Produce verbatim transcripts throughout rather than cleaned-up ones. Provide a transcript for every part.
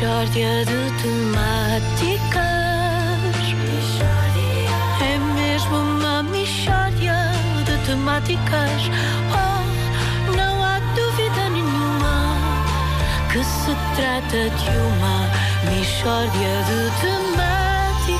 Mixórdia de temáticas. É mesmo uma mixórdia de temáticas. Oh, não há dúvida nenhuma que se trata de uma mixórdia de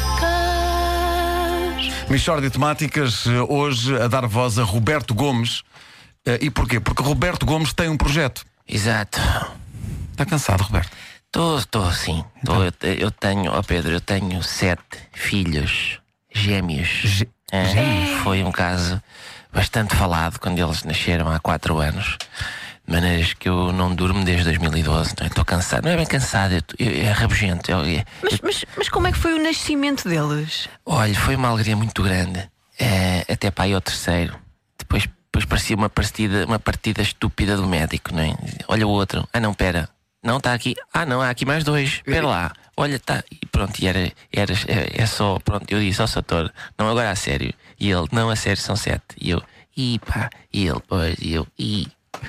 temáticas. Mixórdia de temáticas, hoje a dar voz a Roberto Gomes. E porquê? Porque Roberto Gomes tem um projeto. Exato. Está cansado, Roberto? Estou, estou sim. Tô, eu, eu tenho, ó Pedro, eu tenho sete filhos gêmeos. Gê- É, gêmeos? Foi um caso bastante falado quando eles nasceram há quatro anos. De maneiras que eu não durmo desde dois mil e doze. Não é? Estou cansado. Não é bem cansado, eu, eu, é rabugento. Eu, eu, Mas, mas, mas como é que foi o nascimento deles? olha, foi uma alegria muito grande. É, até para aí ao terceiro. Depois, depois parecia uma partida, uma partida estúpida do médico, não é? Olha o outro. Ah, não, pera. Não, está aqui. Ah, não, há aqui mais dois. Espera lá. Olha, está. E pronto, e era, era é, é só. Pronto, eu disse ao doutor, não, agora a sério. E ele, não, a sério, são sete. E eu, e pá. E ele, pois, e eu, e.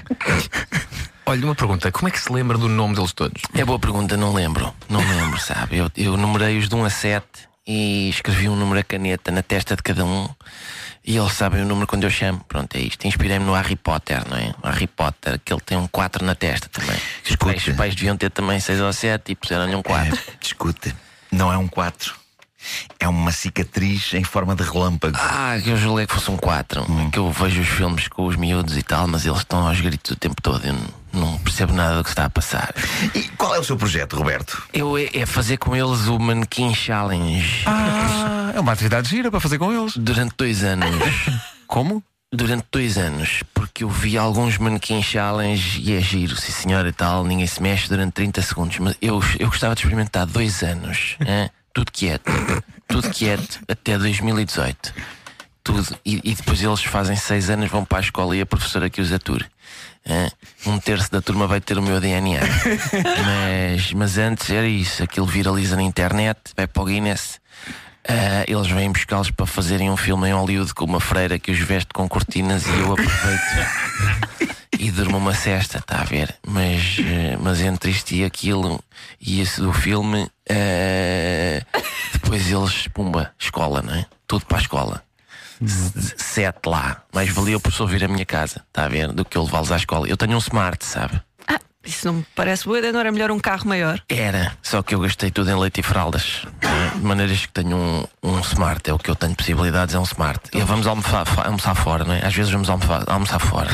Olha, uma pergunta, como é que se lembra do nome deles todos? É boa pergunta, não lembro. Não lembro, sabe? Eu, eu numerei-os de um a sete e escrevi um número a caneta na testa de cada um. E eles sabem o número quando eu chamo. Pronto, é isto. Inspirei-me no Harry Potter, não é? O Harry Potter, que ele tem um quatro na testa também. Os pais, os pais deviam ter também seis ou sete e puseram-lhe um quatro. É, discute, não é um quatro. É uma cicatriz em forma de relâmpago. Ah, que eu julguei que fosse um quatro. Hum. Que eu vejo os filmes com os miúdos e tal, mas eles estão aos gritos o tempo todo. Eu não, não percebo nada do que está a passar. E qual é o seu projeto, Roberto? Eu é, é fazer com eles o Manequim Challenge. Ah, é uma atividade gira para fazer com eles. Durante dois anos. Como? Durante dois anos, porque eu vi alguns manequim challenge e é giro, sim senhora e tal, ninguém se mexe durante trinta segundos. Mas eu, eu gostava de experimentar dois anos, hein? Tudo quieto, tudo quieto, até dois mil e dezoito. Tudo, e, e depois eles fazem seis anos, vão para a escola e a professora que os ature. hein? Um terço da turma vai ter o meu D N A. mas, mas antes era isso, aquilo viraliza na internet, vai para o Guinness. Uh, eles vêm buscá-los para fazerem um filme em Hollywood com uma freira que os veste com cortinas e eu aproveito e durmo uma cesta, está a ver? Mas, uh, mas entre isto e aquilo e esse do filme, uh, depois eles, pumba, escola, não é? Tudo para a escola. S- Sete lá. Mais valia o professor vir à minha casa, está a ver? Do que eu levá-los à escola. Eu tenho um smart, sabe? Ah, isso não me parece boa ideia, não era melhor um carro maior? Era, só que eu gastei tudo em leite e fraldas. De maneiras que tenho um, um smart, é o que eu tenho possibilidades, é um smart. E vamos almoçar, almoçar fora, não é? Às vezes vamos almoçar, almoçar fora.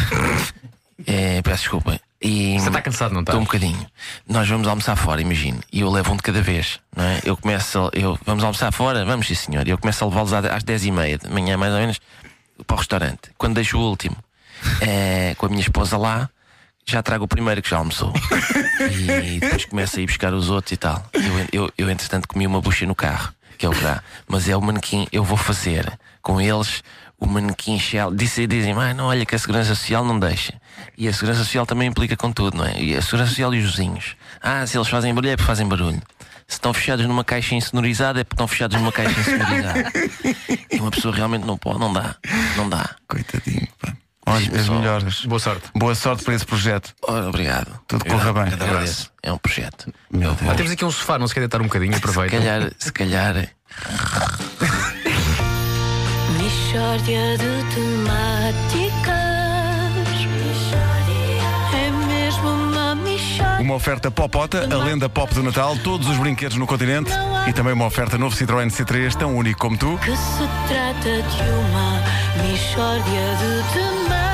É, peço desculpa. E Você está cansado, não está? Estou um bocadinho. Nós vamos almoçar fora, imagino. E eu levo um de cada vez, não é? Eu começo, eu, vamos almoçar fora? Vamos, sim senhor. E eu começo a levá-los às dez e meia de manhã, mais ou menos, para o restaurante. Quando deixo o último, é, com a minha esposa lá, já trago o primeiro que já almoçou. E depois começo a ir buscar os outros e tal. Eu, eu, eu entretanto, comi uma bucha no carro, que é o que dá. Mas é o manequim, eu vou fazer com eles o manequim shell. Dizem, dizem, ah, não, olha que a Segurança Social não deixa. E a Segurança Social também implica com tudo, não é? E a Segurança Social e os vizinhos. Ah, se eles fazem barulho é porque fazem barulho. Se estão fechados numa caixa insonorizada é porque estão fechados numa caixa insonorizada. E uma pessoa realmente não pode, não dá. Não dá. Coitadinho, pá. Olha, as Só- melhores. Boa sorte. Boa sorte para esse projeto. Ora, obrigado. Tudo corra bem. Agradeço. É um projeto. Meu Eu Deus. Ah, temos aqui um sofá, não se quer deitar um bocadinho, Se aproveita. calhar, se calhar. Mixórdia de temáticas. É mesmo uma mixórdia. Uma oferta Popota, a lenda pop do Natal, todos os brinquedos no continente e também uma oferta novo Citroën C três, tão único como tu. Que se trata de uma mixórdia de temáticas.